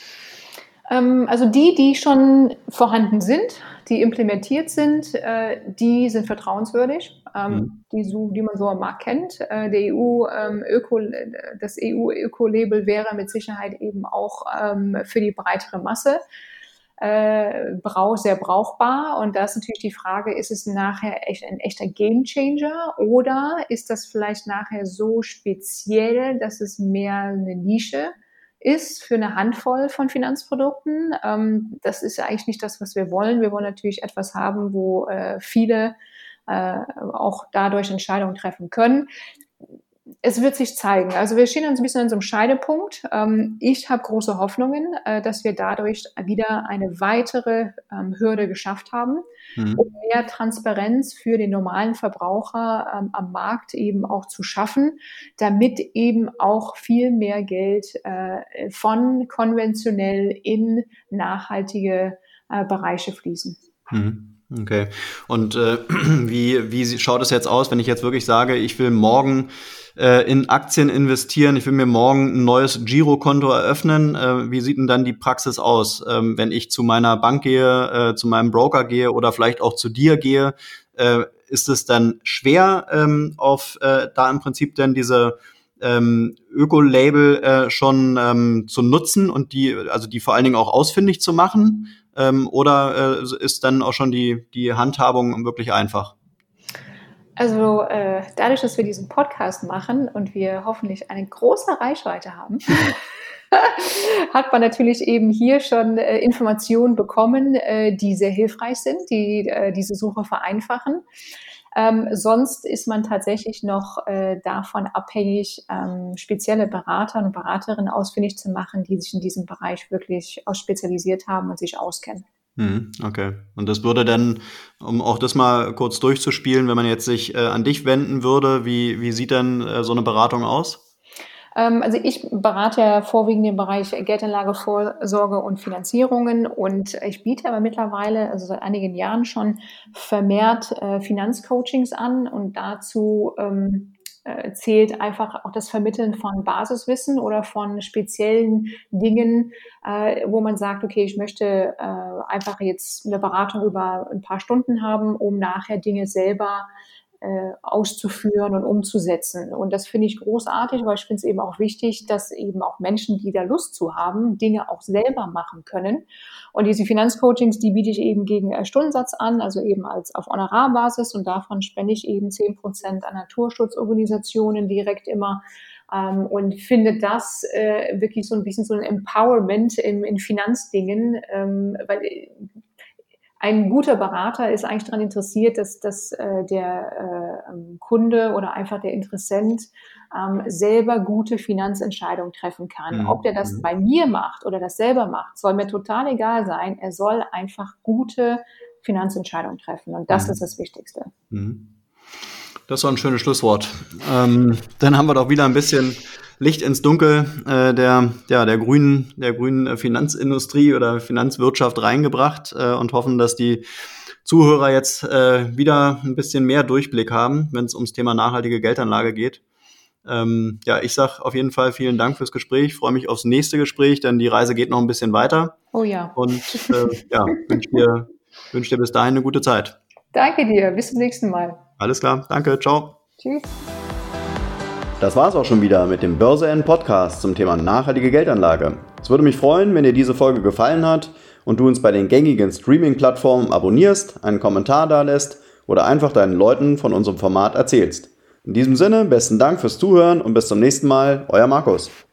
Also die schon vorhanden sind, die implementiert sind, die sind vertrauenswürdig, die man so am Markt kennt. Der das EU-Öko-Label wäre mit Sicherheit eben auch für die breitere Masse sehr brauchbar. Und da ist natürlich die Frage, ist es nachher ein echter Gamechanger oder ist das vielleicht nachher so speziell, dass es mehr eine Nische ist für eine Handvoll von Finanzprodukten. Das ist ja eigentlich nicht das, was wir wollen. Wir wollen natürlich etwas haben, wo viele auch dadurch Entscheidungen treffen können. Es wird sich zeigen. Also wir stehen uns ein bisschen an so einem Scheidepunkt. Ich habe große Hoffnungen, dass wir dadurch wieder eine weitere Hürde geschafft haben, um mehr Transparenz für den normalen Verbraucher am Markt eben auch zu schaffen, damit eben auch viel mehr Geld von konventionell in nachhaltige Bereiche fließen. Okay. Und wie schaut es jetzt aus, wenn ich jetzt wirklich sage, ich will morgen in Aktien investieren, ich will mir morgen ein neues Girokonto eröffnen? Wie sieht denn dann die Praxis aus, wenn ich zu meiner Bank gehe, zu meinem Broker gehe oder vielleicht auch zu dir gehe? Ist es dann schwer, da im Prinzip dann diese Öko-Label schon zu nutzen und die vor allen Dingen auch ausfindig zu machen? Oder ist dann auch schon die Handhabung wirklich einfach? Also dadurch, dass wir diesen Podcast machen und wir hoffentlich eine große Reichweite haben, hat man natürlich eben hier schon Informationen bekommen, die sehr hilfreich sind, die diese Suche vereinfachen. Sonst ist man tatsächlich noch davon abhängig, spezielle Berater und Beraterinnen ausfindig zu machen, die sich in diesem Bereich wirklich spezialisiert haben und sich auskennen. Okay. Und das würde dann, um auch das mal kurz durchzuspielen, wenn man jetzt sich an dich wenden würde, wie sieht denn so eine Beratung aus? Also ich berate ja vorwiegend den Bereich Geldanlage, Vorsorge und Finanzierungen und ich biete aber mittlerweile, also seit einigen Jahren schon vermehrt Finanzcoachings an und dazu zählt einfach auch das Vermitteln von Basiswissen oder von speziellen Dingen, wo man sagt, okay, ich möchte einfach jetzt eine Beratung über ein paar Stunden haben, um nachher Dinge selber auszuführen und umzusetzen. Und das finde ich großartig, weil ich finde es eben auch wichtig, dass eben auch Menschen, die da Lust zu haben, Dinge auch selber machen können. Und diese Finanzcoachings, die biete ich eben gegen Stundensatz an, also eben als auf Honorarbasis und davon spende ich eben 10% an Naturschutzorganisationen direkt immer und finde das wirklich so ein bisschen so ein Empowerment in Finanzdingen, weil ein guter Berater ist eigentlich daran interessiert, dass der Kunde oder einfach der Interessent selber gute Finanzentscheidungen treffen kann. Ob der das bei mir macht oder das selber macht, soll mir total egal sein. Er soll einfach gute Finanzentscheidungen treffen. Und das ist das Wichtigste. Das ist doch ein schönes Schlusswort. Dann haben wir doch wieder ein bisschen Licht ins Dunkel der grünen Finanzindustrie oder Finanzwirtschaft reingebracht und hoffen, dass die Zuhörer jetzt wieder ein bisschen mehr Durchblick haben, wenn es ums Thema nachhaltige Geldanlage geht. Ich sage auf jeden Fall vielen Dank fürs Gespräch. Freue mich aufs nächste Gespräch, denn die Reise geht noch ein bisschen weiter. Oh ja. Und wünsche dir bis dahin eine gute Zeit. Danke dir. Bis zum nächsten Mal. Alles klar. Danke. Ciao. Tschüss. Das war's auch schon wieder mit dem Börse N Podcast zum Thema nachhaltige Geldanlage. Es würde mich freuen, wenn dir diese Folge gefallen hat und du uns bei den gängigen Streaming-Plattformen abonnierst, einen Kommentar dalässt oder einfach deinen Leuten von unserem Format erzählst. In diesem Sinne, besten Dank fürs Zuhören und bis zum nächsten Mal, euer Markus.